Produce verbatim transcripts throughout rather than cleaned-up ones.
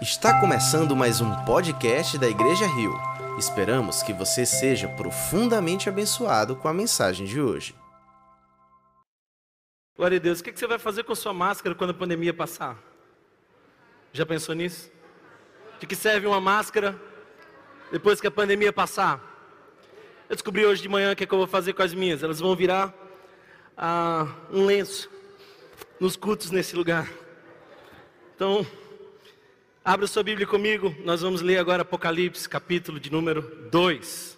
Está começando mais um podcast da Igreja Rio. Esperamos que você seja profundamente abençoado com a mensagem de hoje. Glória a Deus. O que você vai fazer com a sua máscara quando a pandemia passar? Já pensou nisso? De que serve uma máscara depois que a pandemia passar? Eu descobri hoje de manhã o que, é que eu vou fazer com as minhas. Elas vão virar ah, um lenço nos cultos nesse lugar. Então, abra sua Bíblia comigo. Nós vamos ler agora Apocalipse, capítulo de número dois.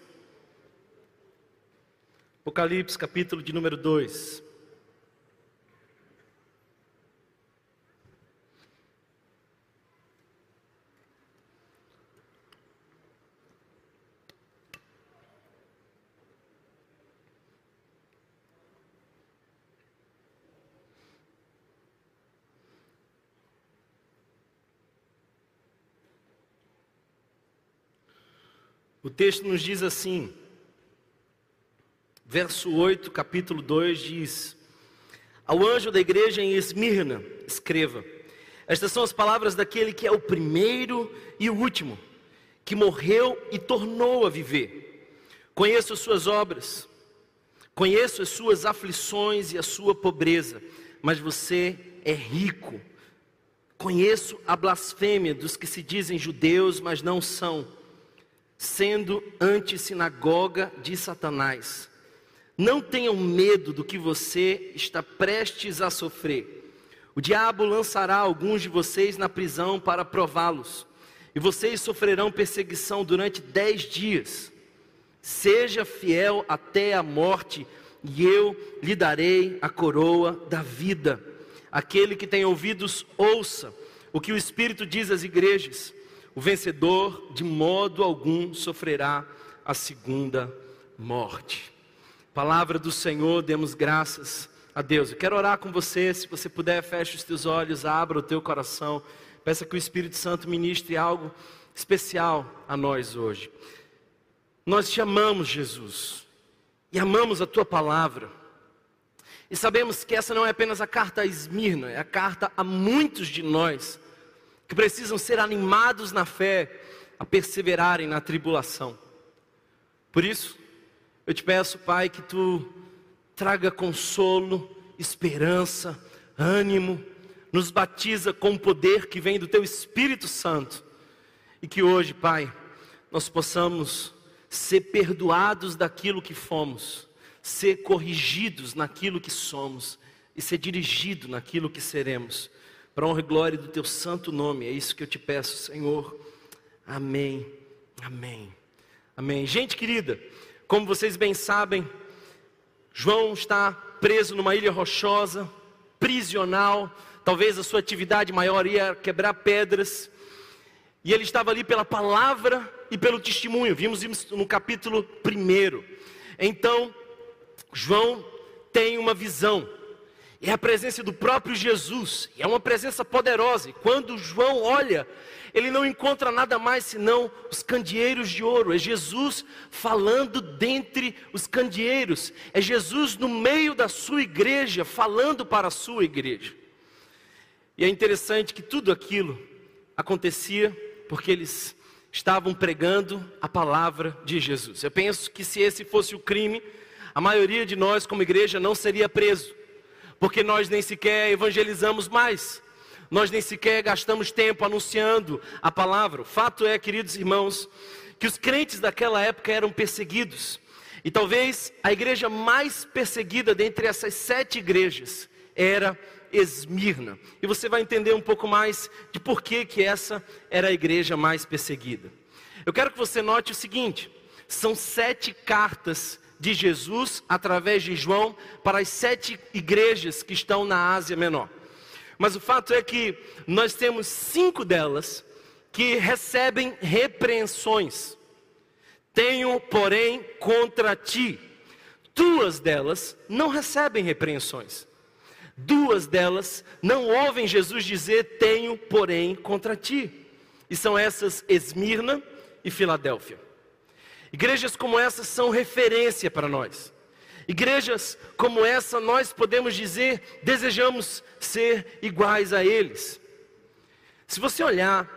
Apocalipse, capítulo de número dois. O texto nos diz assim, verso oito, capítulo dois, diz: Ao anjo da igreja em Esmirna, escreva: Estas são as palavras daquele que é o primeiro e o último, que morreu e tornou a viver. Conheço as suas obras, conheço as suas aflições e a sua pobreza, mas você é rico. Conheço a blasfêmia dos que se dizem judeus, mas não são, sendo antissinagoga de Satanás. Não tenham medo do que você está prestes a sofrer. O diabo lançará alguns de vocês na prisão para prová-los, e vocês sofrerão perseguição durante dez dias. Seja fiel até a morte, e eu lhe darei a coroa da vida. Aquele que tem ouvidos, ouça o que o Espírito diz às igrejas. O vencedor, de modo algum, sofrerá a segunda morte. Palavra do Senhor, demos graças a Deus. Eu quero orar com você. Se você puder, feche os teus olhos, abra o teu coração. Peça que o Espírito Santo ministre algo especial a nós hoje. Nós te amamos, Jesus, e amamos a tua palavra. E sabemos que essa não é apenas a carta a Esmirna, é a carta a muitos de nós que precisam ser animados na fé, a perseverarem na tribulação. Por isso, eu te peço, Pai, que Tu traga consolo, esperança, ânimo, nos batiza com o poder que vem do Teu Espírito Santo, e que hoje, Pai, nós possamos ser perdoados daquilo que fomos, ser corrigidos naquilo que somos, e ser dirigido naquilo que seremos, para a honra e glória do Teu santo nome. É isso que eu te peço, Senhor. Amém, amém, amém. Gente querida, como vocês bem sabem, João está preso numa ilha rochosa, prisional. Talvez a sua atividade maior ia quebrar pedras, e ele estava ali pela palavra e pelo testemunho. Vimos isso no capítulo primeiro. Então, João tem uma visão. É a presença do próprio Jesus, e é uma presença poderosa. E quando João olha, ele não encontra nada mais senão os candeeiros de ouro. É Jesus falando dentre os candeeiros. É Jesus no meio da sua igreja, falando para a sua igreja. E é interessante que tudo aquilo acontecia porque eles estavam pregando a palavra de Jesus. Eu penso que se esse fosse o crime, a maioria de nós como igreja não seria preso, porque nós nem sequer evangelizamos mais, nós nem sequer gastamos tempo anunciando a palavra. O fato é, queridos irmãos, que os crentes daquela época eram perseguidos, e talvez a igreja mais perseguida dentre essas sete igrejas era Esmirna, e você vai entender um pouco mais de por que que essa era a igreja mais perseguida. Eu quero que você note o seguinte: são sete cartas de Jesus, através de João, para as sete igrejas que estão na Ásia Menor. Mas o fato é que nós temos cinco delas que recebem repreensões. Tenho, porém, contra ti. Duas delas não recebem repreensões. Duas delas não ouvem Jesus dizer: tenho, porém, contra ti. E são essas Esmirna e Filadélfia. Igrejas como essas são referência para nós. Igrejas como essa, nós podemos dizer, desejamos ser iguais a eles. Se você olhar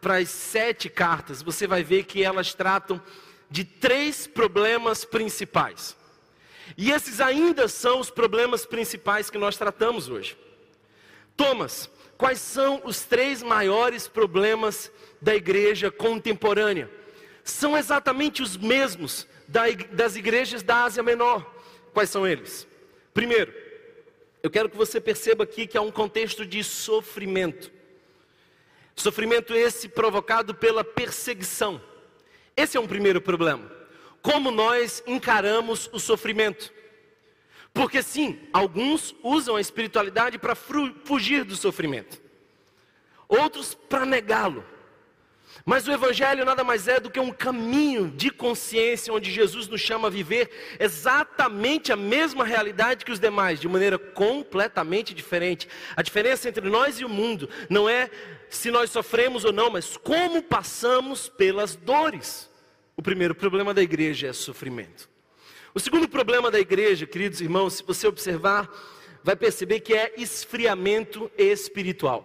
para as sete cartas, você vai ver que elas tratam de três problemas principais. E esses ainda são os problemas principais que nós tratamos hoje. Thomas, quais são os três maiores problemas da igreja contemporânea? São exatamente os mesmos das igrejas da Ásia Menor. Quais são eles? Primeiro, eu quero que você perceba aqui que há um contexto de sofrimento. Sofrimento esse provocado pela perseguição. Esse é um primeiro problema. Como nós encaramos o sofrimento? Porque sim, alguns usam a espiritualidade para fugir do sofrimento. Outros para negá-lo. Mas o Evangelho nada mais é do que um caminho de consciência onde Jesus nos chama a viver exatamente a mesma realidade que os demais, de maneira completamente diferente. A diferença entre nós e o mundo não é se nós sofremos ou não, mas como passamos pelas dores. O primeiro problema da igreja é sofrimento. O segundo problema da igreja, queridos irmãos, se você observar, vai perceber que é esfriamento espiritual.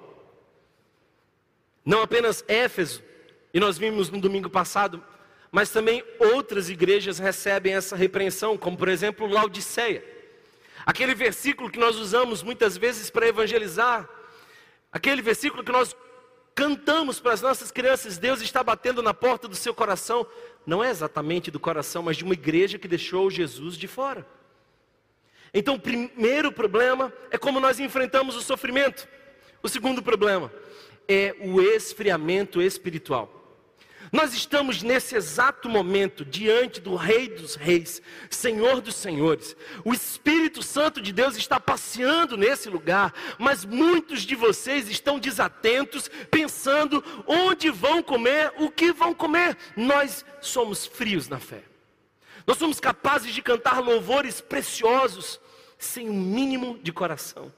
Não apenas Éfeso, e nós vimos no domingo passado, mas também outras igrejas recebem essa repreensão, como por exemplo Laodiceia. Aquele versículo que nós usamos muitas vezes para evangelizar, aquele versículo que nós cantamos para as nossas crianças, Deus está batendo na porta do seu coração, não é exatamente do coração, mas de uma igreja que deixou Jesus de fora. Então o primeiro problema é como nós enfrentamos o sofrimento. O segundo problema é o esfriamento espiritual. Nós estamos nesse exato momento diante do Rei dos Reis, Senhor dos Senhores. O Espírito Santo de Deus está passeando nesse lugar, mas muitos de vocês estão desatentos, pensando onde vão comer, o que vão comer. Nós somos frios na fé. Nós somos capazes de cantar louvores preciosos, sem um mínimo de coração.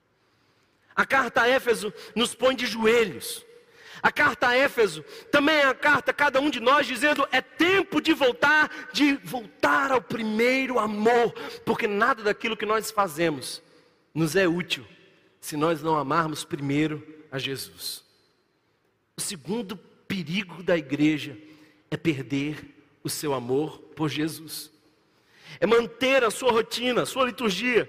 A carta a Éfeso nos põe de joelhos. A carta a Éfeso também é a carta a cada um de nós dizendo: é tempo de voltar, de voltar ao primeiro amor, porque nada daquilo que nós fazemos nos é útil se nós não amarmos primeiro a Jesus. O segundo perigo da igreja é perder o seu amor por Jesus. É manter a sua rotina, a sua liturgia,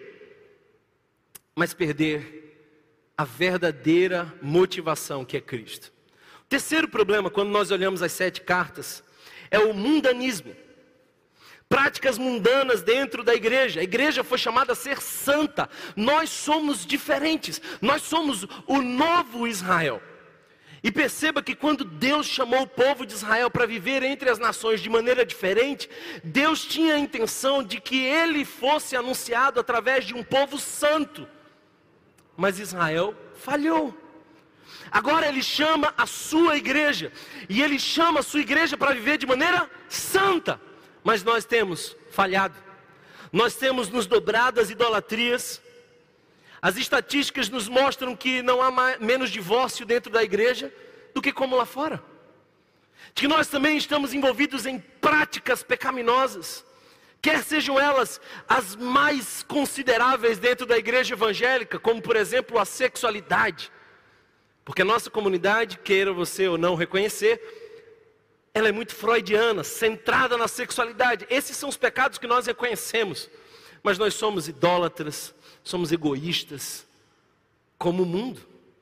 mas perder a verdadeira motivação que é Cristo. O terceiro problema, quando nós olhamos as sete cartas, é o mundanismo. Práticas mundanas dentro da igreja. A igreja foi chamada a ser santa. Nós somos diferentes. Nós somos o novo Israel. E perceba que quando Deus chamou o povo de Israel para viver entre as nações de maneira diferente, Deus tinha a intenção de que ele fosse anunciado através de um povo santo. Mas Israel falhou. Agora ele chama a sua igreja, e ele chama a sua igreja para viver de maneira santa. Mas nós temos falhado, nós temos nos dobrado às idolatrias. As estatísticas nos mostram que não há mais, menos divórcio dentro da igreja do que como lá fora. De que nós também estamos envolvidos em práticas pecaminosas, quer sejam elas as mais consideráveis dentro da igreja evangélica, como por exemplo a sexualidade. Porque a nossa comunidade, queira você ou não reconhecer, ela é muito freudiana, centrada na sexualidade. Esses são os pecados que nós reconhecemos. Mas nós somos idólatras, somos egoístas, como o mundo.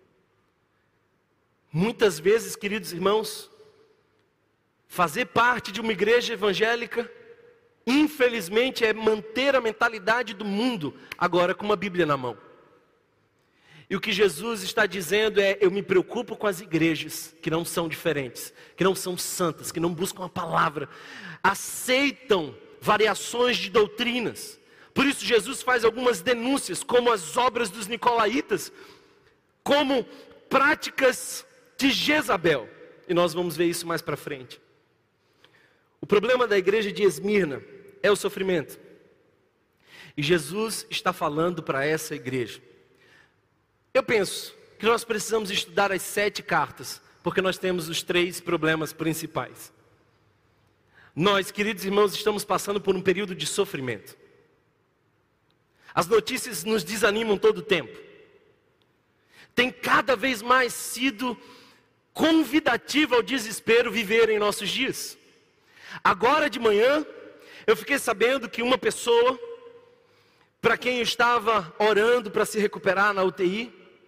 Muitas vezes, queridos irmãos, fazer parte de uma igreja evangélica, infelizmente, é manter a mentalidade do mundo, agora com uma Bíblia na mão. E o que Jesus está dizendo é: eu me preocupo com as igrejas que não são diferentes, que não são santas, que não buscam a palavra, aceitam variações de doutrinas. Por isso Jesus faz algumas denúncias, como as obras dos nicolaítas, como práticas de Jezabel. E nós vamos ver isso mais para frente. O problema da igreja de Esmirna é o sofrimento. E Jesus está falando para essa igreja. Eu penso que nós precisamos estudar as sete cartas, porque nós temos os três problemas principais. Nós, queridos irmãos, estamos passando por um período de sofrimento. As notícias nos desanimam todo o tempo. Tem cada vez mais sido convidativa ao desespero viver em nossos dias. Agora de manhã, eu fiquei sabendo que uma pessoa, para quem eu estava orando para se recuperar na U T I,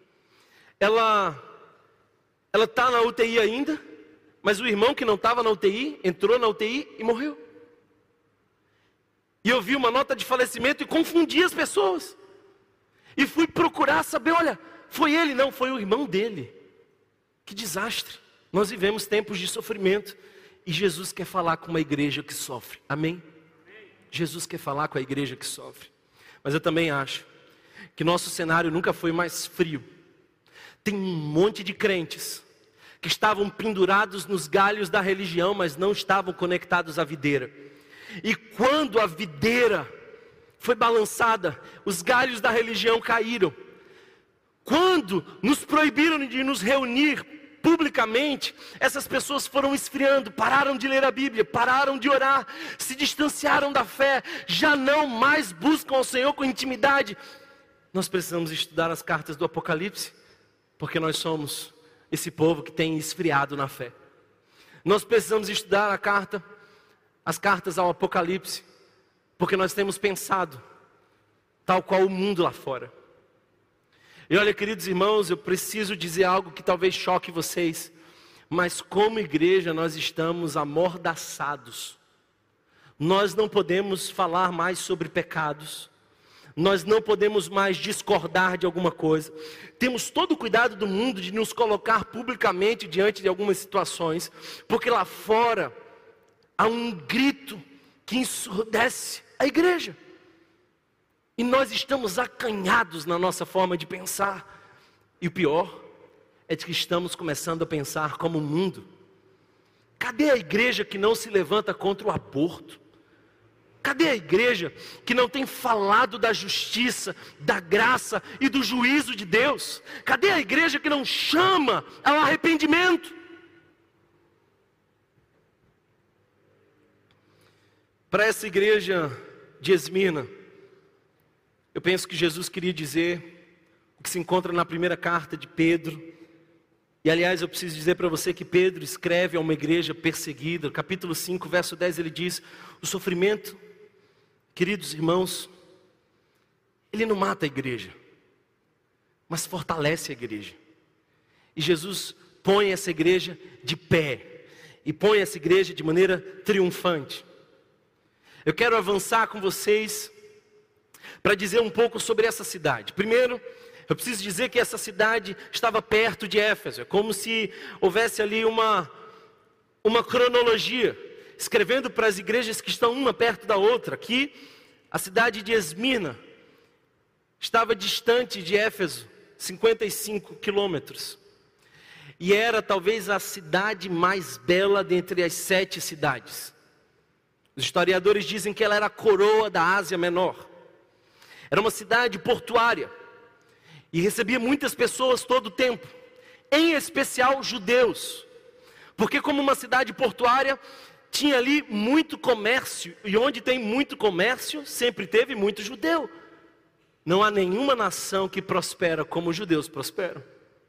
ela ela está na U T I ainda, mas o irmão que não estava na U T I, entrou na U T I e morreu. E eu vi uma nota de falecimento e confundi as pessoas. E fui procurar saber, olha, foi ele? Não, foi o irmão dele. Que desastre. Nós vivemos tempos de sofrimento. E Jesus quer falar com uma igreja que sofre. Amém? Jesus quer falar com a igreja que sofre. Mas eu também acho que nosso cenário nunca foi mais frio. Tem um monte de crentes que estavam pendurados nos galhos da religião, mas não estavam conectados à videira. E quando a videira foi balançada, os galhos da religião caíram. Quando nos proibiram de nos reunir publicamente, essas pessoas foram esfriando, pararam de ler a Bíblia, pararam de orar, se distanciaram da fé, já não mais buscam ao Senhor com intimidade. Nós precisamos estudar as cartas do Apocalipse, porque nós somos esse povo que tem esfriado na fé. Nós precisamos estudar a carta, as cartas ao Apocalipse, porque nós temos pensado tal qual o mundo lá fora. E olha, queridos irmãos, eu preciso dizer algo que talvez choque vocês, mas como igreja nós estamos amordaçados. Nós não podemos falar mais sobre pecados. Nós não podemos mais discordar de alguma coisa. Temos todo o cuidado do mundo de nos colocar publicamente diante de algumas situações, porque lá fora há um grito que ensurdece a igreja. E nós estamos acanhados na nossa forma de pensar. E o pior é que estamos começando a pensar como o mundo. Cadê a igreja que não se levanta contra o aborto? Cadê a igreja que não tem falado da justiça, da graça e do juízo de Deus? Cadê a igreja que não chama ao arrependimento? Para essa igreja de Esmirna, eu penso que Jesus queria dizer o que se encontra na primeira carta de Pedro. E aliás, eu preciso dizer para você que Pedro escreve a uma igreja perseguida. Capítulo cinco, verso dez, ele diz: o sofrimento, queridos irmãos, ele não mata a igreja, mas fortalece a igreja. E Jesus põe essa igreja de pé, e põe essa igreja de maneira triunfante. Eu quero avançar com vocês para dizer um pouco sobre essa cidade. Primeiro, eu preciso dizer que essa cidade estava perto de Éfeso. É como se houvesse ali uma, uma cronologia, escrevendo para as igrejas que estão uma perto da outra. Aqui, a cidade de Esmirna estava distante de Éfeso, cinquenta e cinco quilômetros. E era talvez a cidade mais bela dentre as sete cidades. Os historiadores dizem que ela era a coroa da Ásia Menor. Era uma cidade portuária e recebia muitas pessoas todo o tempo, em especial judeus, porque como uma cidade portuária, tinha ali muito comércio, e onde tem muito comércio, sempre teve muito judeu. Não há nenhuma nação que prospera como os judeus prosperam.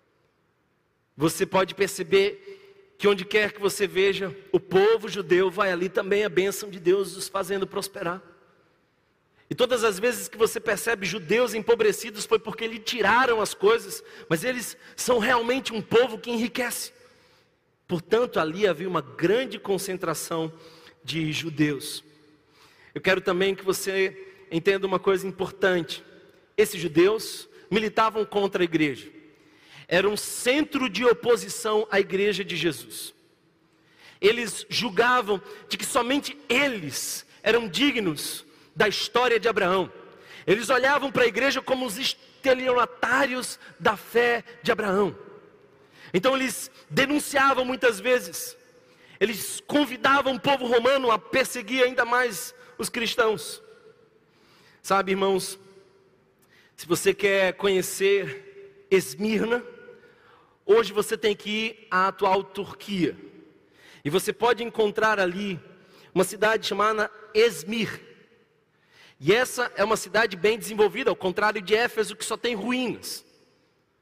Você pode perceber que onde quer que você veja, o povo judeu vai ali também, a bênção de Deus os fazendo prosperar. E todas as vezes que você percebe judeus empobrecidos foi porque lhe tiraram as coisas, mas eles são realmente um povo que enriquece. Portanto, ali havia uma grande concentração de judeus. Eu quero também que você entenda uma coisa importante. Esses judeus militavam contra a igreja. Era um centro de oposição à igreja de Jesus. Eles julgavam de que somente eles eram dignos da história de Abraão. Eles olhavam para a igreja como os estelionatários da fé de Abraão. Então eles denunciavam muitas vezes, eles convidavam o povo romano a perseguir ainda mais os cristãos. Sabe, irmãos, se você quer conhecer Esmirna, hoje você tem que ir à atual Turquia. E você pode encontrar ali uma cidade chamada Esmir. E essa é uma cidade bem desenvolvida, ao contrário de Éfeso, que só tem ruínas.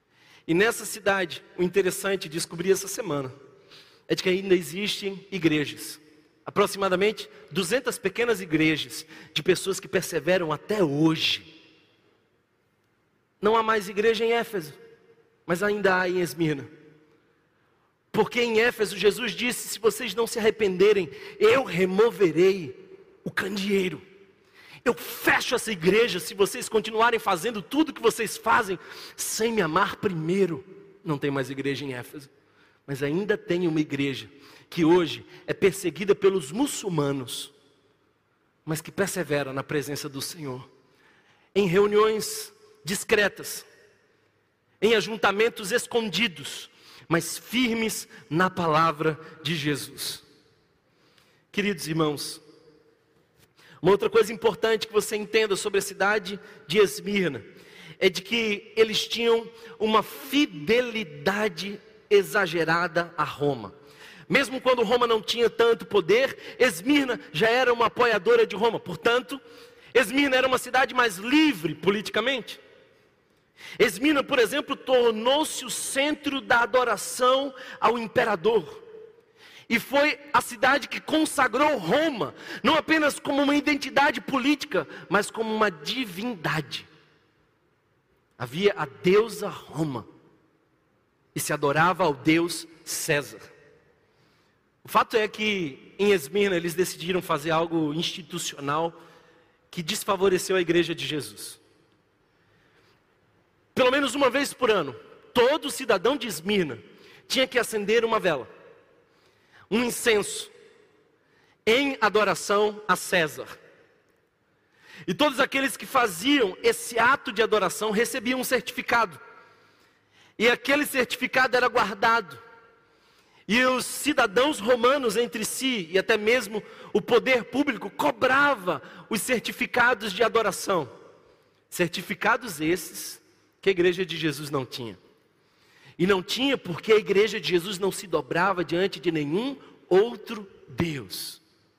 E nessa cidade, o interessante, descobri essa semana, é de que ainda existem igrejas. Aproximadamente duzentas pequenas igrejas de pessoas que perseveram até hoje. Não há mais igreja em Éfeso, mas ainda há em Esmirna. Porque em Éfeso Jesus disse: se vocês não se arrependerem, eu removerei o candeeiro. Eu fecho essa igreja se vocês continuarem fazendo tudo que vocês fazem sem me amar primeiro. Não tem mais igreja em Éfeso, mas ainda tem uma igreja que hoje é perseguida pelos muçulmanos, mas que persevera na presença do Senhor, em reuniões discretas, em ajuntamentos escondidos, mas firmes na palavra de Jesus. Queridos irmãos, uma outra coisa importante que você entenda sobre a cidade de Esmirna é de que eles tinham uma fidelidade exagerada a Roma. Mesmo quando Roma não tinha tanto poder, Esmirna já era uma apoiadora de Roma. Portanto, Esmirna era uma cidade mais livre politicamente. Esmirna, por exemplo, tornou-se o centro da adoração ao imperador. E foi a cidade que consagrou Roma, não apenas como uma identidade política, mas como uma divindade. Havia a deusa Roma, e se adorava ao deus César. O fato é que em Esmirna eles decidiram fazer algo institucional que desfavoreceu a igreja de Jesus. Pelo menos uma vez por ano, todo cidadão de Esmirna tinha que acender uma vela, um incenso, em adoração a César. E todos aqueles que faziam esse ato de adoração recebiam um certificado. E aquele certificado era guardado. E os cidadãos romanos entre si, e até mesmo o poder público, cobrava os certificados de adoração. Certificados esses que a igreja de Jesus não tinha. E não tinha porque a igreja de Jesus não se dobrava diante de nenhum outro Deus.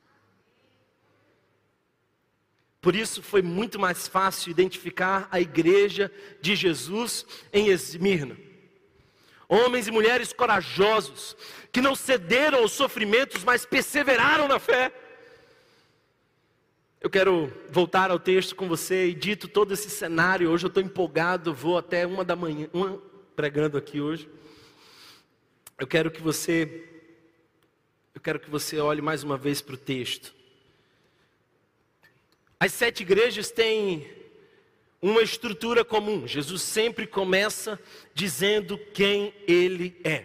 Por isso foi muito mais fácil identificar a igreja de Jesus em Esmirna. Homens e mulheres corajosos, que não cederam aos sofrimentos, mas perseveraram na fé. Eu quero voltar ao texto com você, e dito todo esse cenário, hoje eu estou empolgado, vou até uma da manhã, uma, pregando aqui hoje. Eu quero que você, eu quero que você olhe mais uma vez para o texto. As sete igrejas têm uma estrutura comum. Jesus sempre começa dizendo quem Ele é.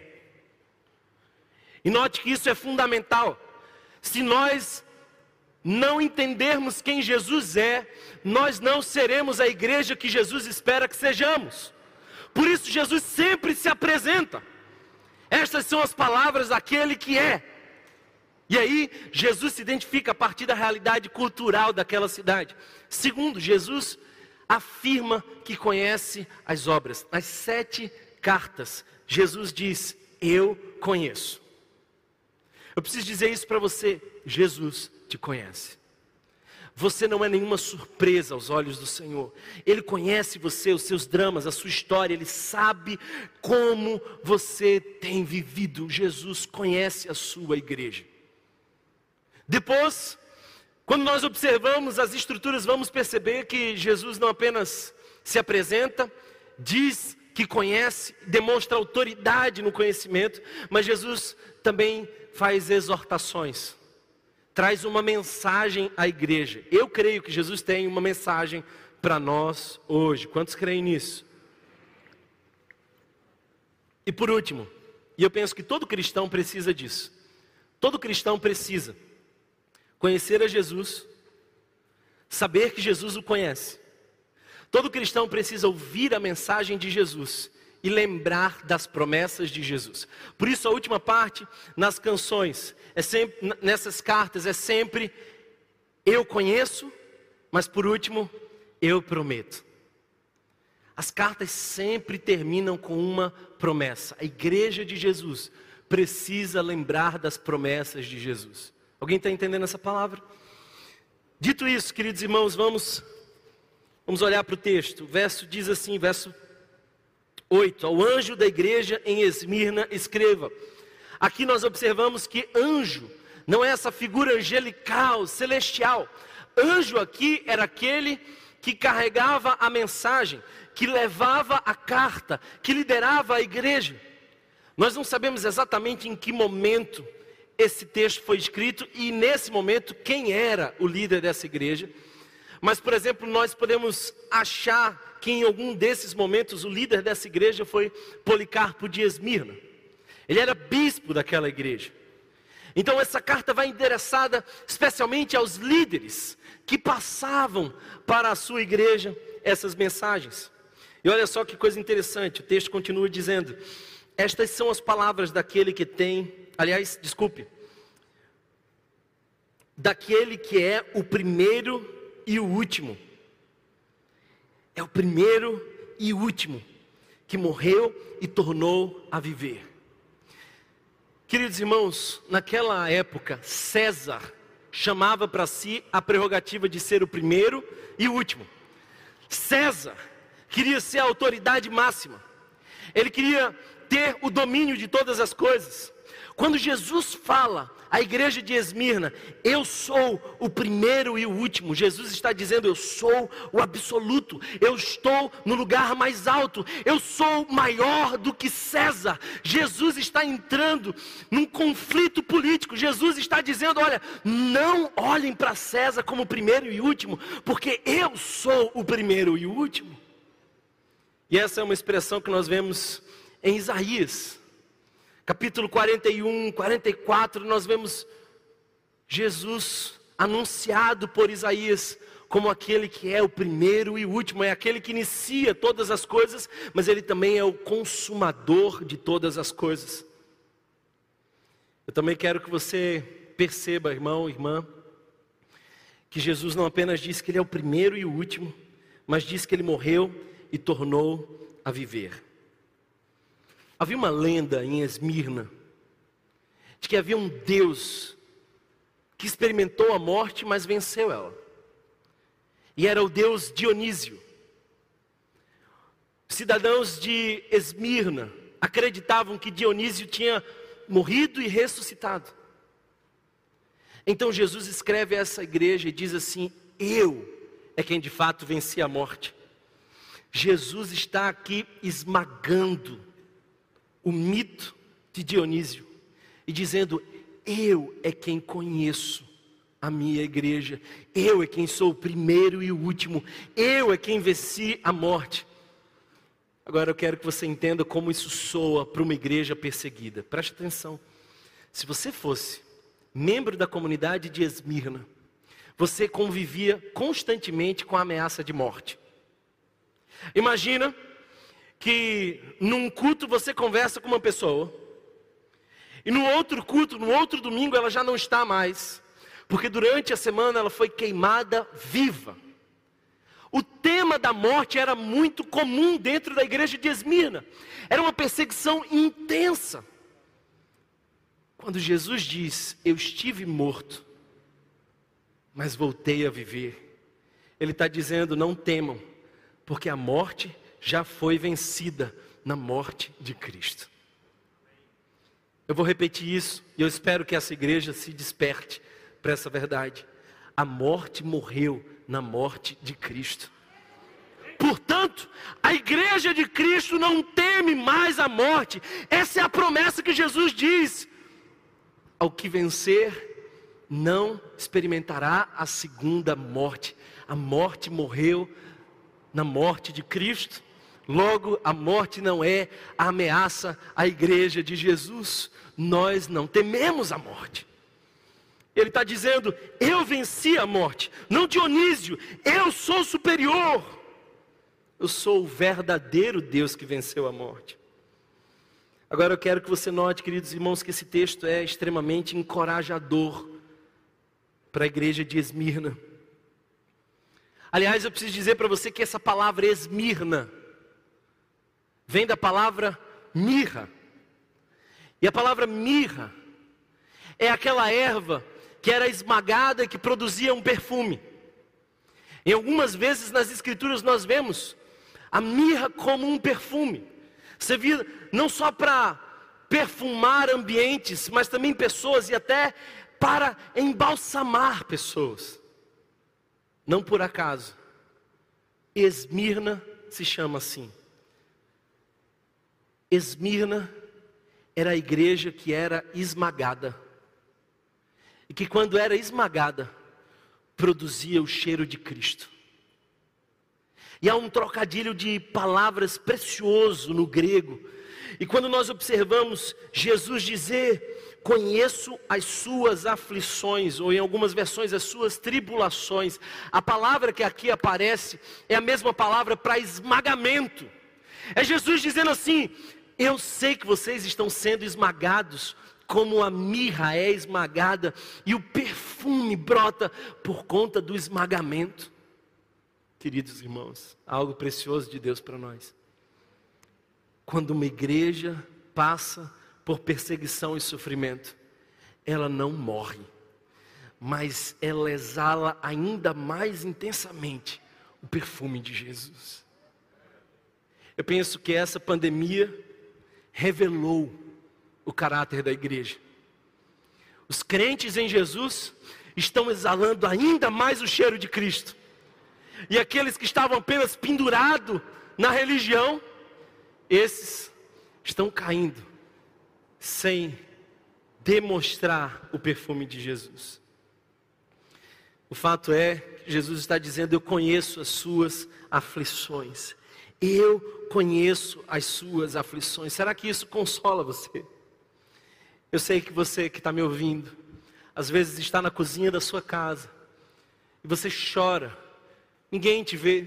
E note que isso é fundamental. Se nós não entendermos quem Jesus é, nós não seremos a igreja que Jesus espera que sejamos. Por isso Jesus sempre se apresenta. Estas são as palavras daquele que é. E aí Jesus se identifica a partir da realidade cultural daquela cidade. Segundo, Jesus afirma que conhece as obras. Nas sete cartas, Jesus diz: eu conheço. Eu preciso dizer isso para você: Jesus te conhece. Você não é nenhuma surpresa aos olhos do Senhor. Ele conhece você, os seus dramas, a sua história. Ele sabe como você tem vivido. Jesus conhece a sua igreja. Depois, quando nós observamos as escrituras, vamos perceber que Jesus não apenas se apresenta, diz que conhece, demonstra autoridade no conhecimento, mas Jesus também faz exortações. Traz uma mensagem à igreja. Eu creio que Jesus tem uma mensagem para nós hoje. Quantos creem nisso? E por último, e eu penso que todo cristão precisa disso. Todo cristão precisa conhecer a Jesus, saber que Jesus o conhece. Todo cristão precisa ouvir a mensagem de Jesus e lembrar das promessas de Jesus. Por isso a última parte nas canções, é sempre, nessas cartas, é sempre eu conheço, mas por último, eu prometo. As cartas sempre terminam com uma promessa. A igreja de Jesus precisa lembrar das promessas de Jesus. Alguém está entendendo essa palavra? Dito isso, queridos irmãos, vamos, vamos olhar para o texto. O verso diz assim, verso oito. Ao anjo da igreja em Esmirna, escreva. Aqui nós observamos que anjo não é essa figura angelical, celestial. Anjo aqui era aquele que carregava a mensagem, que levava a carta, que liderava a igreja. Nós não sabemos exatamente em que momento esse texto foi escrito e nesse momento quem era o líder dessa igreja. Mas, por exemplo, nós podemos achar que em algum desses momentos o líder dessa igreja foi Policarpo de Esmirna. Ele era bispo daquela igreja. Então essa carta vai endereçada especialmente aos líderes que passavam para a sua igreja essas mensagens. E olha só que coisa interessante, o texto continua dizendo: estas são as palavras daquele que tem, aliás, desculpe, daquele que é o primeiro e o último. É o primeiro e o último, que morreu e tornou a viver. Queridos irmãos, naquela época, César chamava para si a prerrogativa de ser o primeiro e o último. César queria ser a autoridade máxima. Ele queria ter o domínio de todas as coisas. Quando Jesus fala à igreja de Esmirna, eu sou o primeiro e o último, Jesus está dizendo, eu sou o absoluto, eu estou no lugar mais alto, eu sou maior do que César. Jesus está entrando num conflito político. Jesus está dizendo, olha, não olhem para César como o primeiro e último, porque eu sou o primeiro e o último. E essa é uma expressão que nós vemos em Isaías capítulo quarenta e um, quarenta e quatro, nós vemos Jesus anunciado por Isaías como aquele que é o primeiro e o último, é aquele que inicia todas as coisas, mas ele também é o consumador de todas as coisas. Eu também quero que você perceba, irmão, irmã, que Jesus não apenas disse que ele é o primeiro e o último, mas disse que ele morreu e tornou a viver. Havia uma lenda em Esmirna, de que havia um Deus que experimentou a morte, mas venceu ela. E era o Deus Dionísio. Cidadãos de Esmirna acreditavam que Dionísio tinha morrido e ressuscitado. Então Jesus escreve a essa igreja e diz assim, eu é quem de fato venci a morte. Jesus está aqui esmagando o mito de Dionísio e dizendo, eu é quem conheço a minha igreja, eu é quem sou o primeiro e o último, eu é quem venci a morte. Agora eu quero que você entenda como isso soa para uma igreja perseguida. Preste atenção, se você fosse membro da comunidade de Esmirna, você convivia constantemente com a ameaça de morte. Imagina que num culto você conversa com uma pessoa, e no outro culto, no outro domingo ela já não está mais, porque durante a semana ela foi queimada viva. O tema da morte era muito comum dentro da igreja de Esmirna, era uma perseguição intensa. Quando Jesus diz, eu estive morto, mas voltei a viver, Ele está dizendo, não temam, porque a morte já foi vencida na morte de Cristo. Eu vou repetir isso e eu espero que essa igreja se desperte para essa verdade. A morte morreu na morte de Cristo. Portanto, a igreja de Cristo não teme mais a morte. Essa é a promessa que Jesus diz. Ao que vencer, não experimentará a segunda morte. A morte morreu na morte de Cristo. Logo, a morte não é a ameaça à igreja de Jesus. Nós não tememos a morte. Ele está dizendo, eu venci a morte. Não Dionísio, eu sou superior. Eu sou o verdadeiro Deus que venceu a morte. Agora eu quero que você note, queridos irmãos, que esse texto é extremamente encorajador para a igreja de Esmirna. Aliás, eu preciso dizer para você que essa palavra Esmirna vem da palavra mirra. E a palavra mirra é aquela erva que era esmagada e que produzia um perfume. Em algumas vezes nas escrituras nós vemos a mirra como um perfume. servia não só para perfumar ambientes, mas também pessoas e até para embalsamar pessoas. Não por acaso, Esmirna se chama assim. Esmirna era a igreja que era esmagada. E que quando era esmagada, produzia o cheiro de Cristo. E há um trocadilho de palavras precioso no grego. E quando nós observamos Jesus dizer, conheço as suas aflições, ou em algumas versões as suas tribulações, a palavra que aqui aparece é a mesma palavra para esmagamento. É Jesus dizendo assim, eu sei que vocês estão sendo esmagados, como a mirra é esmagada, e o perfume brota por conta do esmagamento. Queridos irmãos, algo precioso de Deus para nós. Quando uma igreja passa por perseguição e sofrimento, ela não morre, mas ela exala ainda mais intensamente o perfume de Jesus. Eu penso que essa pandemia revelou o caráter da igreja. Os crentes em Jesus estão exalando ainda mais o cheiro de Cristo. E aqueles que estavam apenas pendurados na religião, esses estão caindo, sem demonstrar o perfume de Jesus. O fato é que Jesus está dizendo, eu conheço as suas aflições. Eu conheço as suas aflições. Será que isso consola você? Eu sei que você que está me ouvindo, às vezes está na cozinha da sua casa, e você chora, ninguém te vê,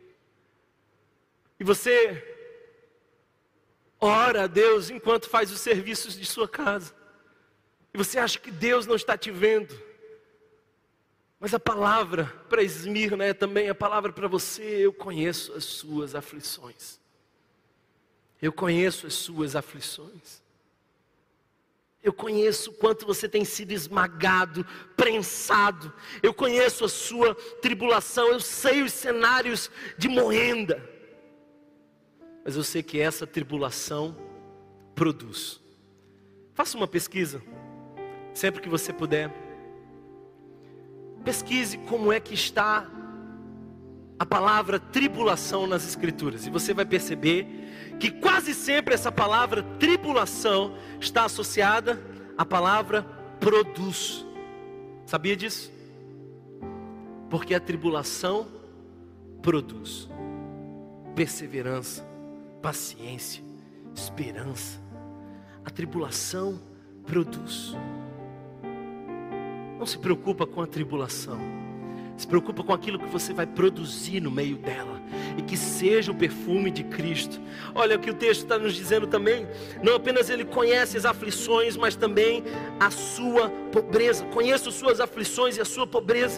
e você ora a Deus enquanto faz os serviços de sua casa, e você acha que Deus não está te vendo, mas a palavra para Esmirna é também a palavra para você, eu conheço as suas aflições, eu conheço as suas aflições, eu conheço o quanto você tem sido esmagado, prensado, eu conheço a sua tribulação, eu sei os cenários de moenda, mas eu sei que essa tribulação produz. Faça uma pesquisa, sempre que você puder. Pesquise como é que está a palavra tribulação nas Escrituras. E você vai perceber que quase sempre essa palavra tribulação está associada à palavra produz. Sabia disso? Porque a tribulação produz perseverança, paciência, esperança. A tribulação produz. Não se preocupa com a tribulação, se preocupa com aquilo que você vai produzir no meio dela, e que seja o perfume de Cristo. Olha o que o texto está nos dizendo também, não apenas ele conhece as aflições, mas também a sua pobreza. Conheço suas aflições e a sua pobreza.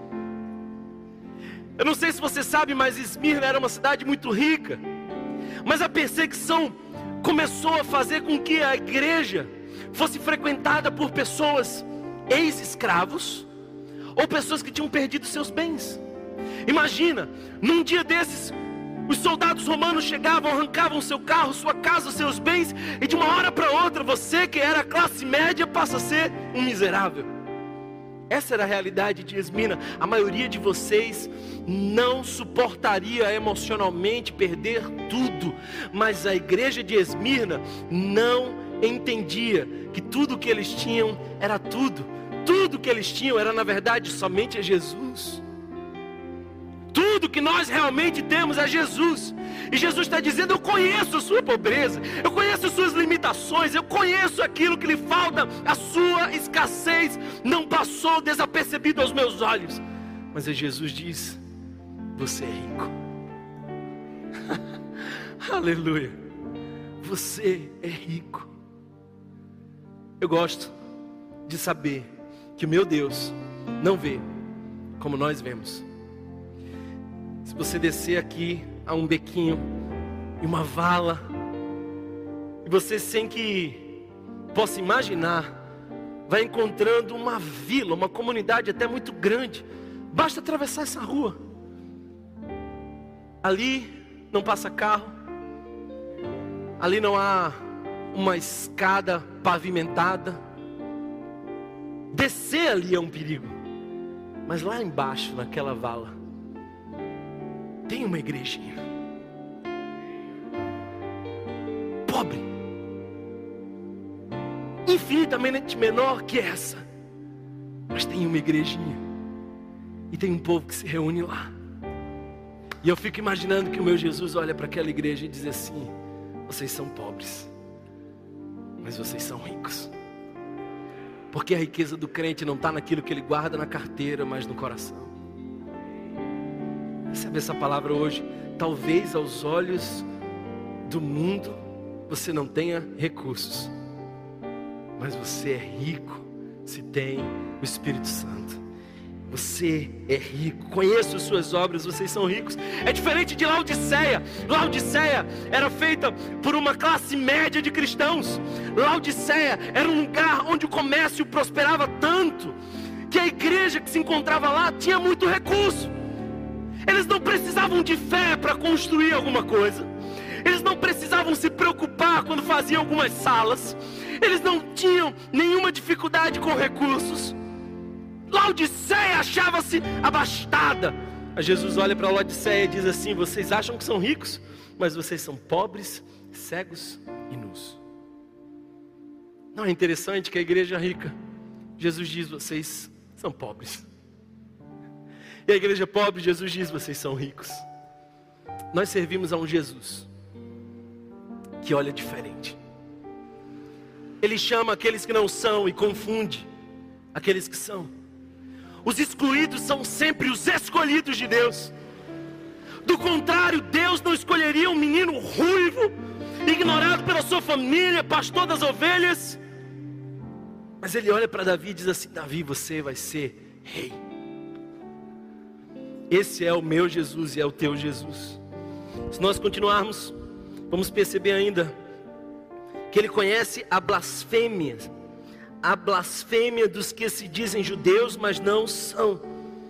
Eu não sei se você sabe, mas Esmirna era uma cidade muito rica, mas a perseguição começou a fazer com que a igreja fosse frequentada por pessoas ex-escravos, ou pessoas que tinham perdido seus bens. Imagina, num dia desses, os soldados romanos chegavam, arrancavam seu carro, sua casa, seus bens, e de uma hora para outra, você que era classe média, passa a ser um miserável. Essa era a realidade de Esmirna. A maioria de vocês não suportaria emocionalmente perder tudo, mas a igreja de Esmirna não entendia que tudo que eles tinham era tudo. Tudo que eles tinham era na verdade somente a Jesus. Tudo que nós realmente temos é Jesus. E Jesus está dizendo, eu conheço a sua pobreza, eu conheço as suas limitações, eu conheço aquilo que lhe falta, a sua escassez não passou desapercebido aos meus olhos. Mas Jesus diz, você é rico. Aleluia. Você é rico. Eu gosto de saber que o meu Deus não vê como nós vemos. Se você descer aqui a um bequinho e uma vala, e você, sem que possa imaginar, vai encontrando uma vila, uma comunidade até muito grande. Basta atravessar essa rua. Ali não passa carro, Ali não há uma escada pavimentada. Descer ali é um perigo. Mas lá embaixo, naquela vala, tem uma igrejinha. Pobre. Infinitamente menor que essa. Mas tem uma igrejinha. E tem um povo que se reúne lá. E eu fico imaginando que o meu Jesus olha para aquela igreja e diz assim: vocês são pobres, mas vocês são ricos. Porque a riqueza do crente não está naquilo que ele guarda na carteira, mas no coração. Recebe essa palavra hoje. Talvez aos olhos do mundo você não tenha recursos, mas você é rico se tem o Espírito Santo. Você é rico, conheço as suas obras, vocês são ricos. É diferente de Laodiceia. Laodiceia era feita por uma classe média de cristãos. Laodiceia era um lugar onde o comércio prosperava tanto, que a igreja que se encontrava lá tinha muito recurso. Eles não precisavam de fé para construir alguma coisa. Eles não precisavam se preocupar quando faziam algumas salas. Eles não tinham nenhuma dificuldade com recursos. Laodiceia achava-se abastada. Mas Jesus olha para Laodiceia e diz assim: vocês acham que são ricos, mas vocês são pobres, cegos e nus. Não é interessante que a igreja rica, Jesus diz: vocês são pobres. E a igreja pobre, Jesus diz: vocês são ricos. Nós servimos a um Jesus que olha diferente. Ele chama aqueles que não são e confunde aqueles que são. Os excluídos são sempre os escolhidos de Deus. Do contrário, Deus não escolheria um menino ruivo, ignorado pela sua família, pastor das ovelhas. Mas ele olha para Davi e diz assim: Davi, você vai ser rei. Esse é o meu Jesus e é o teu Jesus. Se nós continuarmos, vamos perceber ainda que ele conhece a blasfêmia. A blasfêmia dos que se dizem judeus, mas não são,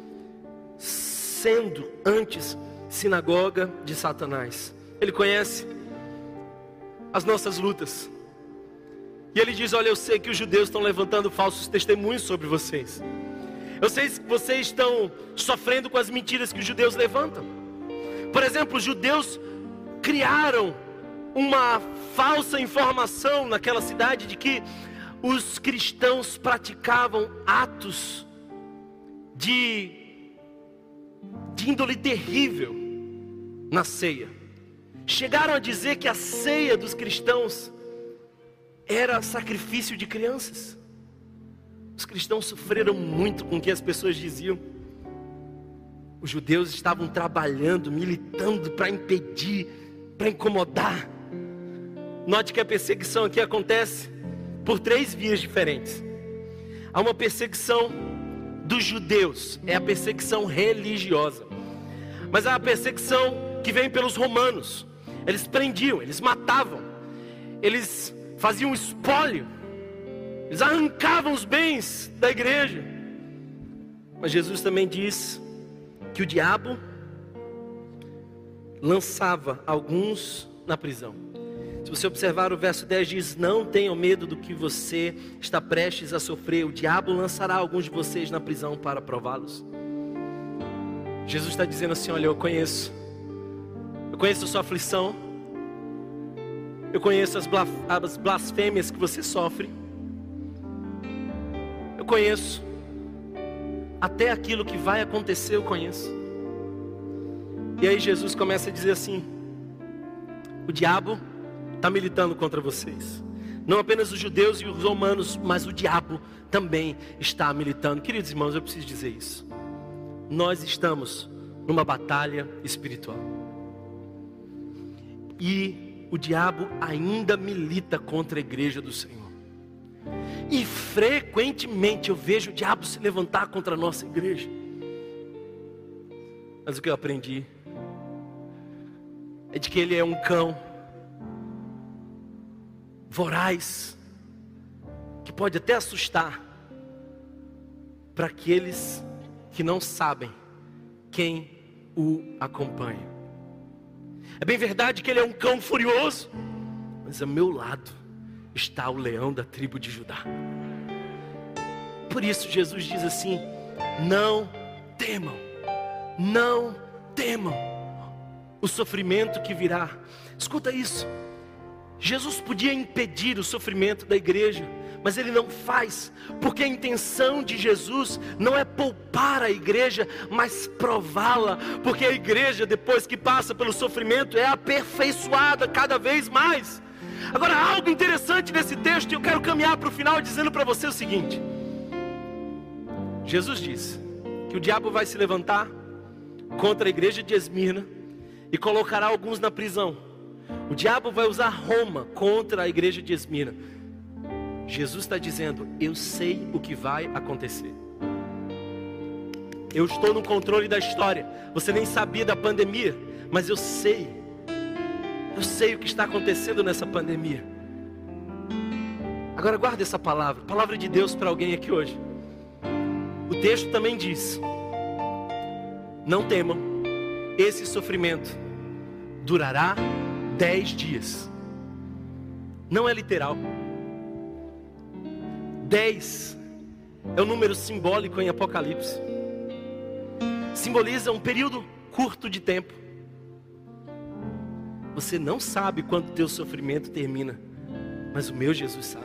sendo antes sinagoga de Satanás. Ele conhece as nossas lutas. E ele diz: olha, eu sei que os judeus estão levantando falsos testemunhos sobre vocês. Eu sei que vocês estão sofrendo com as mentiras que os judeus levantam. Por exemplo, os judeus criaram uma falsa informação naquela cidade de que os cristãos praticavam atos de, de índole terrível na ceia. Chegaram a dizer que a ceia dos cristãos era sacrifício de crianças. Os cristãos sofreram muito com o que as pessoas diziam. Os judeus estavam trabalhando, militando para impedir, para incomodar. Note que a perseguição aqui acontece por três vias diferentes. Há uma perseguição dos judeus, é a perseguição religiosa. Mas há a perseguição que vem pelos romanos. Eles prendiam, eles matavam, eles faziam espólio, eles arrancavam os bens da igreja. Mas Jesus também diz que o diabo lançava alguns na prisão. Se você observar o verso dez, diz: não tenham medo do que você está prestes a sofrer. O diabo lançará alguns de vocês na prisão para prová-los. Jesus está dizendo assim: olha, eu conheço Eu conheço a sua aflição. Eu conheço as, blas, as blasfêmias que você sofre. Eu conheço até aquilo que vai acontecer, eu conheço. E aí Jesus começa a dizer assim: o diabo está militando contra vocês. Não apenas os judeus e os romanos, mas o diabo também está militando. Queridos irmãos, eu preciso dizer isso. Nós estamos numa batalha espiritual. E o diabo ainda milita contra a igreja do Senhor. E frequentemente eu vejo o diabo se levantar contra a nossa igreja. Mas o que eu aprendi é de que ele é um cão voraz, que pode até assustar para aqueles que não sabem quem o acompanha. É bem verdade que ele é um cão furioso, mas ao meu lado está o leão da tribo de Judá. Por isso Jesus diz assim: não temam, não temam o sofrimento que virá. Escuta isso, Jesus podia impedir o sofrimento da igreja, mas Ele não faz, porque a intenção de Jesus não é poupar a igreja, mas prová-la, porque a igreja, depois que passa pelo sofrimento, é aperfeiçoada cada vez mais. Agora, algo interessante nesse texto, e eu quero caminhar para o final dizendo para você o seguinte: Jesus diz que o diabo vai se levantar contra a igreja de Esmirna e colocará alguns na prisão. O diabo vai usar Roma contra a igreja de Esmirna. Jesus está dizendo: eu sei o que vai acontecer. Eu estou no controle da história. Você nem sabia da pandemia, mas eu sei. Eu sei o que está acontecendo nessa pandemia. Agora guarda essa palavra, palavra de Deus para alguém aqui hoje. O texto também diz: não temam, esse sofrimento durará dez dias. Não é literal. Dez é um número simbólico em Apocalipse. Simboliza um período curto de tempo. Você não sabe quando teu sofrimento termina, mas o meu Jesus sabe.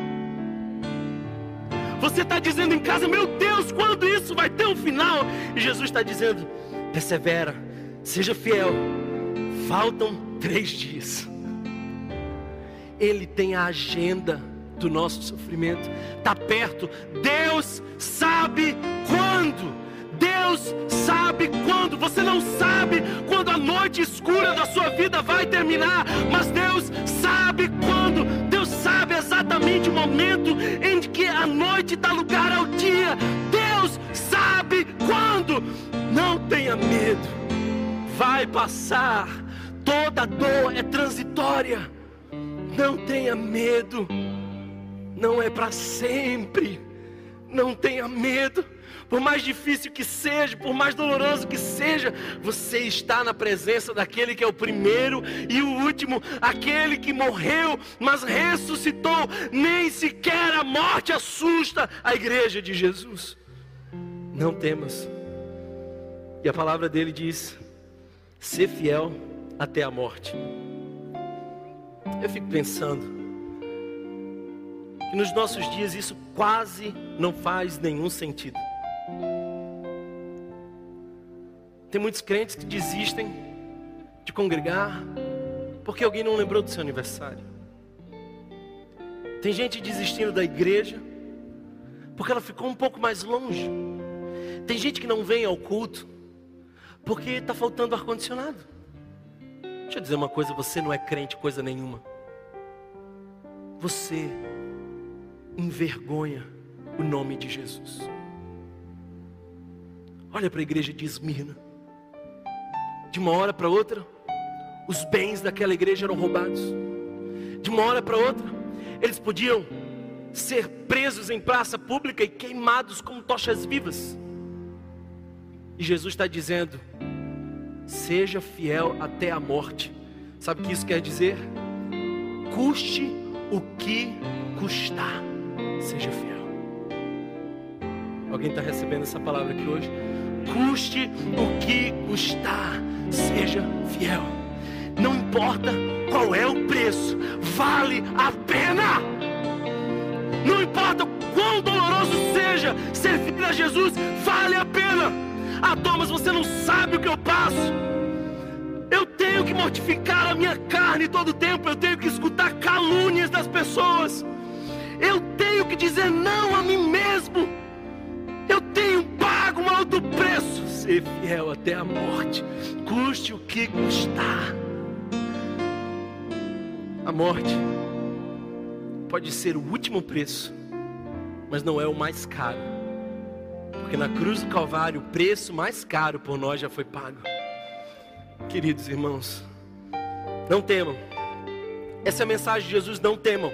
Você está dizendo em casa: meu Deus, quando isso vai ter um final? E Jesus está dizendo: persevera, seja fiel, faltam três dias. Ele tem a agenda do nosso sofrimento, está perto. Deus sabe quando. Deus sabe quando. Você não sabe quando a noite escura da sua vida vai terminar, mas Deus sabe quando. Deus sabe exatamente o momento em que a noite dá lugar ao dia. Deus sabe quando. Não tenha medo, vai passar. Toda dor é transitória. Não tenha medo, não é para sempre. Não tenha medo. Por mais difícil que seja, por mais doloroso que seja, você está na presença daquele que é o primeiro e o último, aquele que morreu, mas ressuscitou. Nem sequer a morte assusta a igreja de Jesus. Não temas. E a palavra dele diz: ser fiel até a morte. Eu fico pensando que nos nossos dias isso quase não faz nenhum sentido. Tem muitos crentes que desistem de congregar porque alguém não lembrou do seu aniversário. Tem gente desistindo da igreja porque ela ficou um pouco mais longe. Tem gente que não vem ao culto porque está faltando ar-condicionado. Deixa eu dizer uma coisa: você não é crente coisa nenhuma. Você envergonha o nome de Jesus. Olha para a igreja de Esmirna. De uma hora para outra, os bens daquela igreja eram roubados. De uma hora para outra, eles podiam ser presos em praça pública e queimados como tochas vivas. E Jesus está dizendo: seja fiel até a morte. Sabe o que isso quer dizer? Custe o que custar, seja fiel. Alguém está recebendo essa palavra aqui hoje? Custe o que custar, seja fiel. Não importa qual é o preço, vale a pena. Não importa quão doloroso seja, servir a Jesus vale a pena. Ah, Thomas, você não sabe o que eu passo. Eu tenho que mortificar a minha carne todo o tempo. Eu tenho que escutar calúnias das pessoas. Eu tenho que dizer não a mim mesmo. Eu tenho pago um alto preço. Ser fiel até a morte, custe o que custar. A morte pode ser o último preço, mas não é o mais caro. Porque na cruz do Calvário, o preço mais caro por nós já foi pago. Queridos irmãos, não temam. Essa é a mensagem de Jesus: não temam.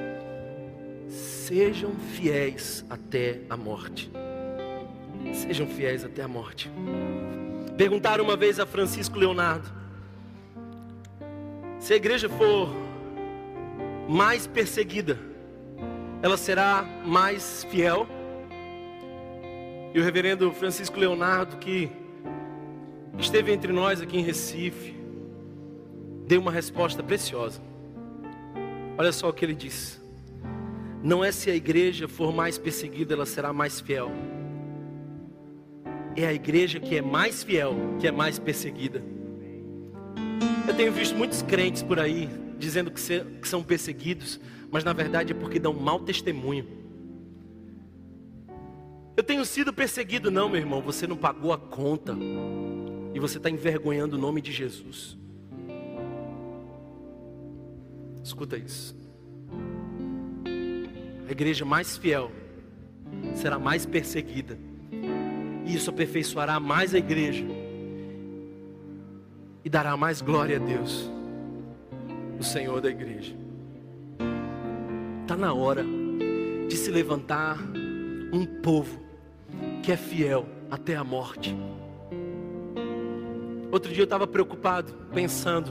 Sejam fiéis até a morte. Sejam fiéis até a morte. Perguntaram uma vez a Francisco Leonardo: se a igreja for mais perseguida, ela será mais fiel. E o reverendo Francisco Leonardo, que esteve entre nós aqui em Recife, deu uma resposta preciosa. Olha só o que ele disse: não é se a igreja for mais perseguida, ela será mais fiel. É a igreja que é mais fiel, que é mais perseguida. Eu tenho visto muitos crentes por aí dizendo que, se, que são perseguidos, mas na verdade é porque dão mau testemunho. Eu tenho sido perseguido? Não, meu irmão, você não pagou a conta e você está envergonhando o nome de Jesus. Escuta isso. A igreja mais fiel será mais perseguida, e isso aperfeiçoará mais a igreja e dará mais glória a Deus, o Senhor da igreja. Está na hora de se levantar um povo que é fiel até a morte. Outro dia eu estava preocupado, pensando: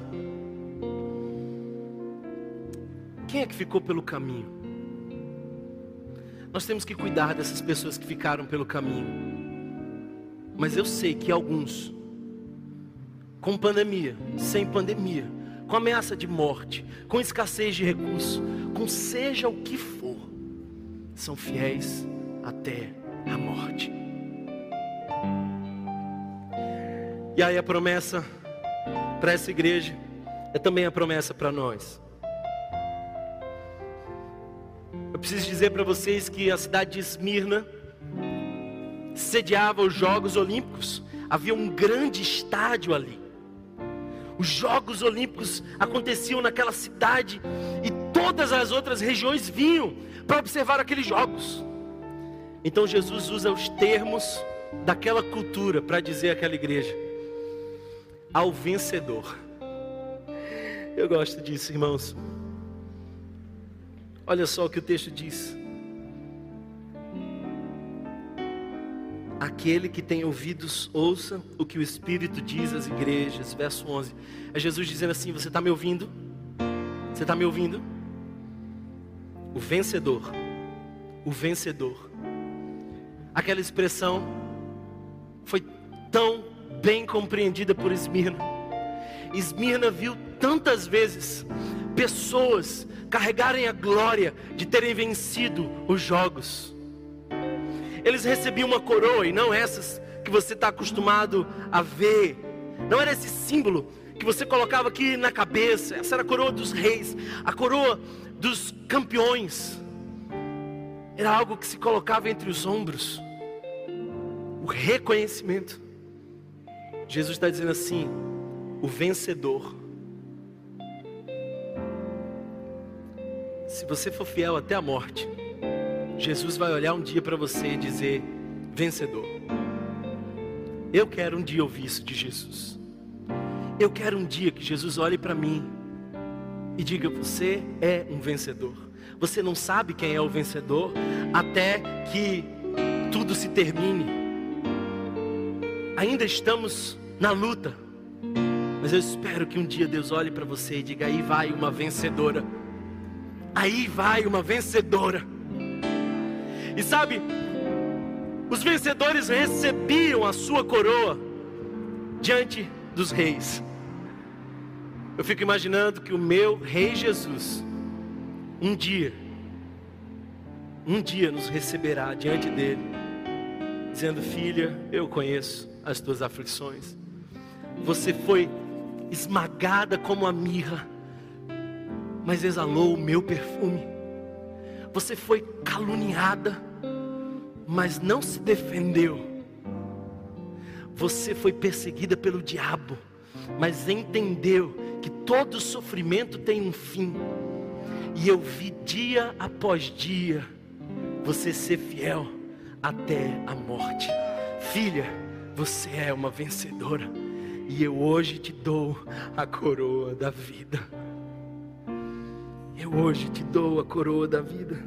quem é que ficou pelo caminho? Nós temos que cuidar dessas pessoas que ficaram pelo caminho. Mas eu sei que alguns, com pandemia, sem pandemia, com ameaça de morte, com escassez de recursos, com seja o que for, são fiéis até a morte. E aí a promessa para essa igreja é também a promessa para nós. Eu preciso dizer para vocês que a cidade de Esmirna sediava os Jogos Olímpicos. Havia um grande estádio ali. Os Jogos Olímpicos aconteciam naquela cidade e todas as outras regiões vinham para observar aqueles jogos. Então Jesus usa os termos daquela cultura para dizer àquela igreja: ao vencedor. Eu gosto disso, irmãos. Olha só o que o texto diz: aquele que tem ouvidos, ouça o que o Espírito diz às igrejas. Verso onze. É Jesus dizendo assim: você está me ouvindo? Você está me ouvindo? O vencedor. O vencedor. Aquela expressão foi tão bem compreendida por Esmirna. Esmirna viu tantas vezes pessoas carregarem a glória de terem vencido os jogos. Eles recebiam uma coroa, e não essas que você está acostumado a ver. Não era esse símbolo que você colocava aqui na cabeça. Essa era a coroa dos reis, a coroa dos campeões. Era algo que se colocava entre os ombros. O reconhecimento. Jesus está dizendo assim: o vencedor. Se você for fiel até a morte, Jesus vai olhar um dia para você e dizer: vencedor. Eu quero um dia ouvir isso de Jesus. Eu quero um dia que Jesus olhe para mim e diga: você é um vencedor. Você não sabe quem é o vencedor até que tudo se termine. Ainda estamos na luta, mas eu espero que um dia Deus olhe para você e diga: aí vai uma vencedora. Aí vai uma vencedora. E sabe, os vencedores recebiam a sua coroa diante dos reis. Eu fico imaginando que o meu Rei Jesus um dia Um dia nos receberá diante dele, dizendo: filha, eu conheço as tuas aflições. Você foi esmagada como a mirra, mas exalou o meu perfume. Você foi caluniada, mas não se defendeu. Você foi perseguida pelo diabo, mas entendeu que todo sofrimento tem um fim. E eu vi dia após dia você ser fiel até a morte. Filha, você é uma vencedora, e eu hoje te dou a coroa da vida. Eu hoje te dou a coroa da vida.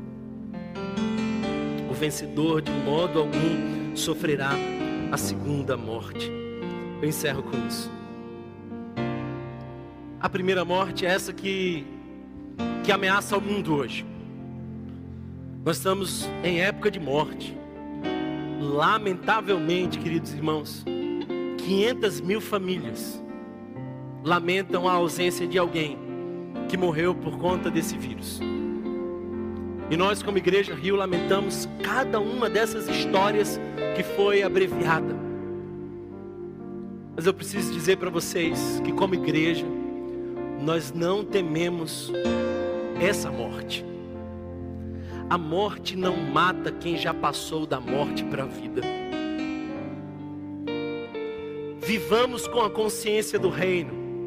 O vencedor de modo algum sofrerá a segunda morte. Eu encerro com isso. A primeira morte é essa que que ameaça o mundo hoje. Nós estamos em época de morte. Lamentavelmente, queridos irmãos, quinhentas mil famílias lamentam a ausência de alguém que morreu por conta desse vírus. E nós, como Igreja Rio, lamentamos cada uma dessas histórias que foi abreviada. Mas eu preciso dizer para vocês que, como igreja, nós não tememos essa morte. A morte não mata quem já passou da morte para a vida. Vivamos com a consciência do reino.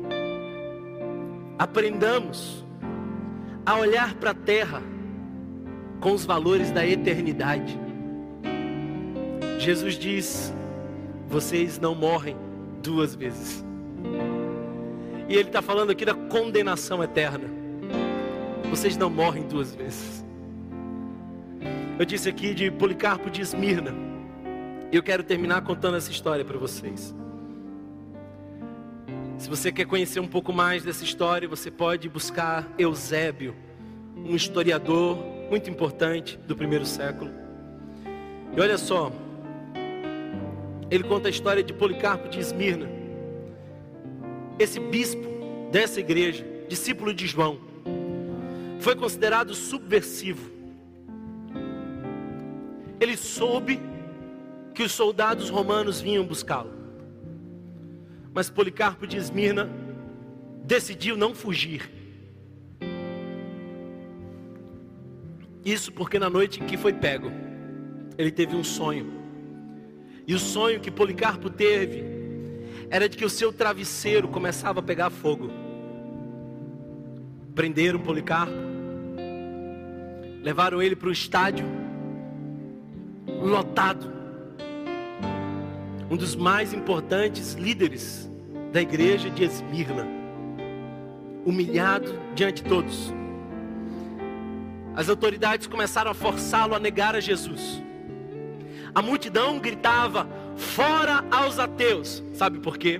Aprendamos a olhar para a terra com os valores da eternidade. Jesus diz: vocês não morrem duas vezes. E Ele está falando aqui da condenação eterna. Vocês não morrem duas vezes. Eu disse aqui de Policarpo de Esmirna. E eu quero terminar contando essa história para vocês. Se você quer conhecer um pouco mais dessa história, você pode buscar Eusébio, um historiador muito importante do primeiro século. E olha só, ele conta a história de Policarpo de Esmirna. Esse bispo dessa igreja, discípulo de João, foi considerado subversivo. Ele soube que os soldados romanos vinham buscá-lo. Mas Policarpo de Esmirna decidiu não fugir. Isso porque na noite em que foi pego, ele teve um sonho. E o sonho que Policarpo teve era de que o seu travesseiro começava a pegar fogo. Prenderam Policarpo, levaram ele para o estádio, lotado. Um dos mais importantes líderes da igreja de Esmirna, humilhado diante de todos. As autoridades começaram a forçá-lo a negar a Jesus. A multidão gritava: fora aos ateus. Sabe por quê?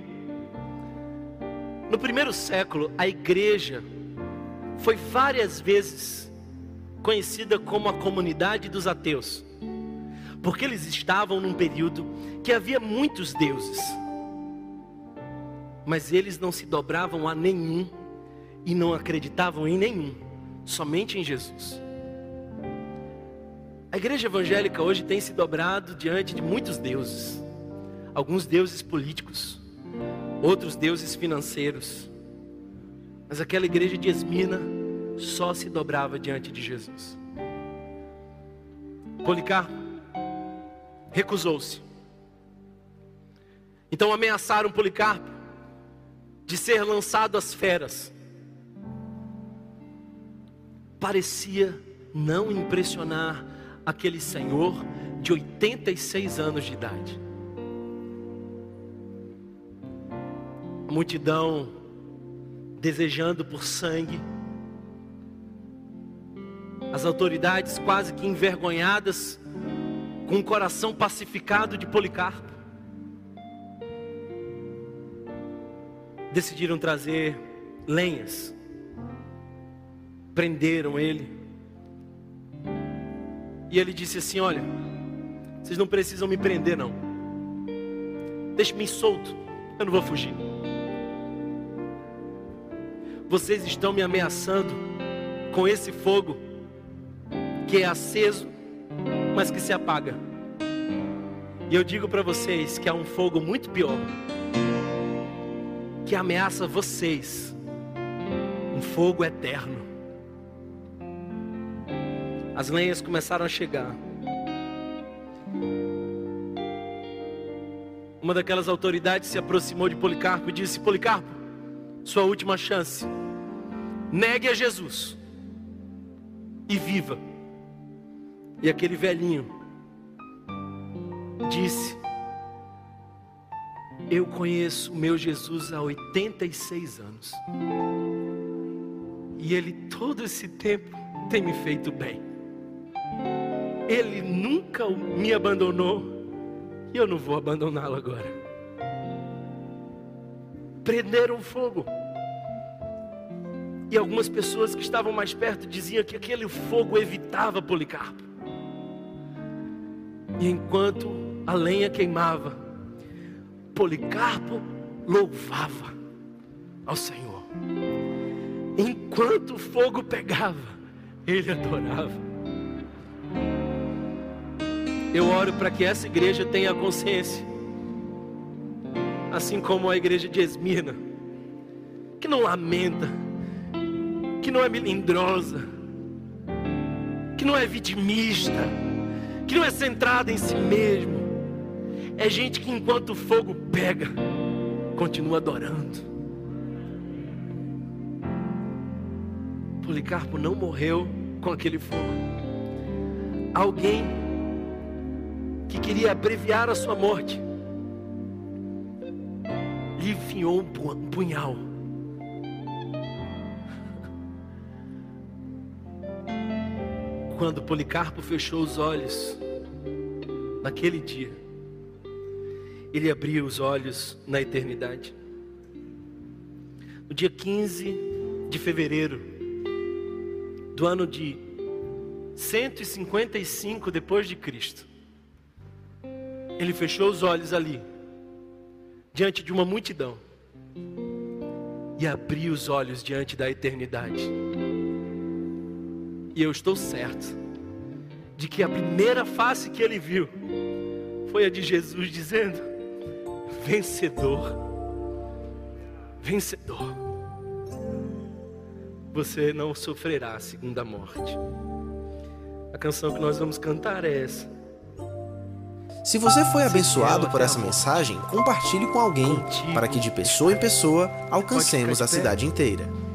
No primeiro século, a igreja foi várias vezes conhecida como a comunidade dos ateus, porque eles estavam num período que havia muitos deuses, mas eles não se dobravam a nenhum e não acreditavam em nenhum, somente em Jesus. A igreja evangélica hoje tem se dobrado diante de muitos deuses. Alguns deuses políticos, outros deuses financeiros. Mas aquela igreja de Esmirna só se dobrava diante de Jesus. Policarpo recusou-se. Então ameaçaram Policarpo de ser lançado às feras. Parecia não impressionar aquele senhor de oitenta e seis anos de idade. A multidão desejando por sangue. As autoridades quase que envergonhadas, com o coração pacificado de Policarpo, decidiram trazer lenhas. Prenderam ele. E ele disse assim: olha, vocês não precisam me prender não. Deixe-me solto, eu não vou fugir. Vocês estão me ameaçando com esse fogo que é aceso, mas que se apaga. E eu digo para vocês que há um fogo muito pior, que ameaça vocês. Um fogo eterno. As lenhas começaram a chegar. Uma daquelas autoridades se aproximou de Policarpo e disse: Policarpo, sua última chance. Negue a Jesus e viva. E aquele velhinho disse: eu conheço o meu Jesus há oitenta e seis anos. E Ele todo esse tempo tem me feito bem. Ele nunca me abandonou e eu não vou abandoná-lo agora. Prenderam fogo. E algumas pessoas que estavam mais perto diziam que aquele fogo evitava Policarpo. E enquanto a lenha queimava, Policarpo louvava ao Senhor. Enquanto o fogo pegava, ele adorava. Eu oro para que essa igreja tenha consciência, assim como a igreja de Esmirna, que não lamenta, que não é melindrosa, que não é vitimista, que não é centrada em si mesmo. É gente que enquanto o fogo pega, continua adorando. Policarpo não morreu com aquele fogo. Alguém que queria abreviar a sua morte lhe enfiou um punhal. Quando Policarpo fechou os olhos, naquele dia, ele abriu os olhos na eternidade. No dia quinze de fevereiro do ano de cento e cinquenta e cinco depois de Cristo, ele fechou os olhos ali, diante de uma multidão, e abriu os olhos diante da eternidade. E eu estou certo de que a primeira face que ele viu foi a de Jesus dizendo: vencedor, vencedor, você não sofrerá a segunda morte. A canção que nós vamos cantar é essa. Se você foi abençoado por essa mensagem, compartilhe com alguém, para que de pessoa em pessoa alcancemos a cidade inteira.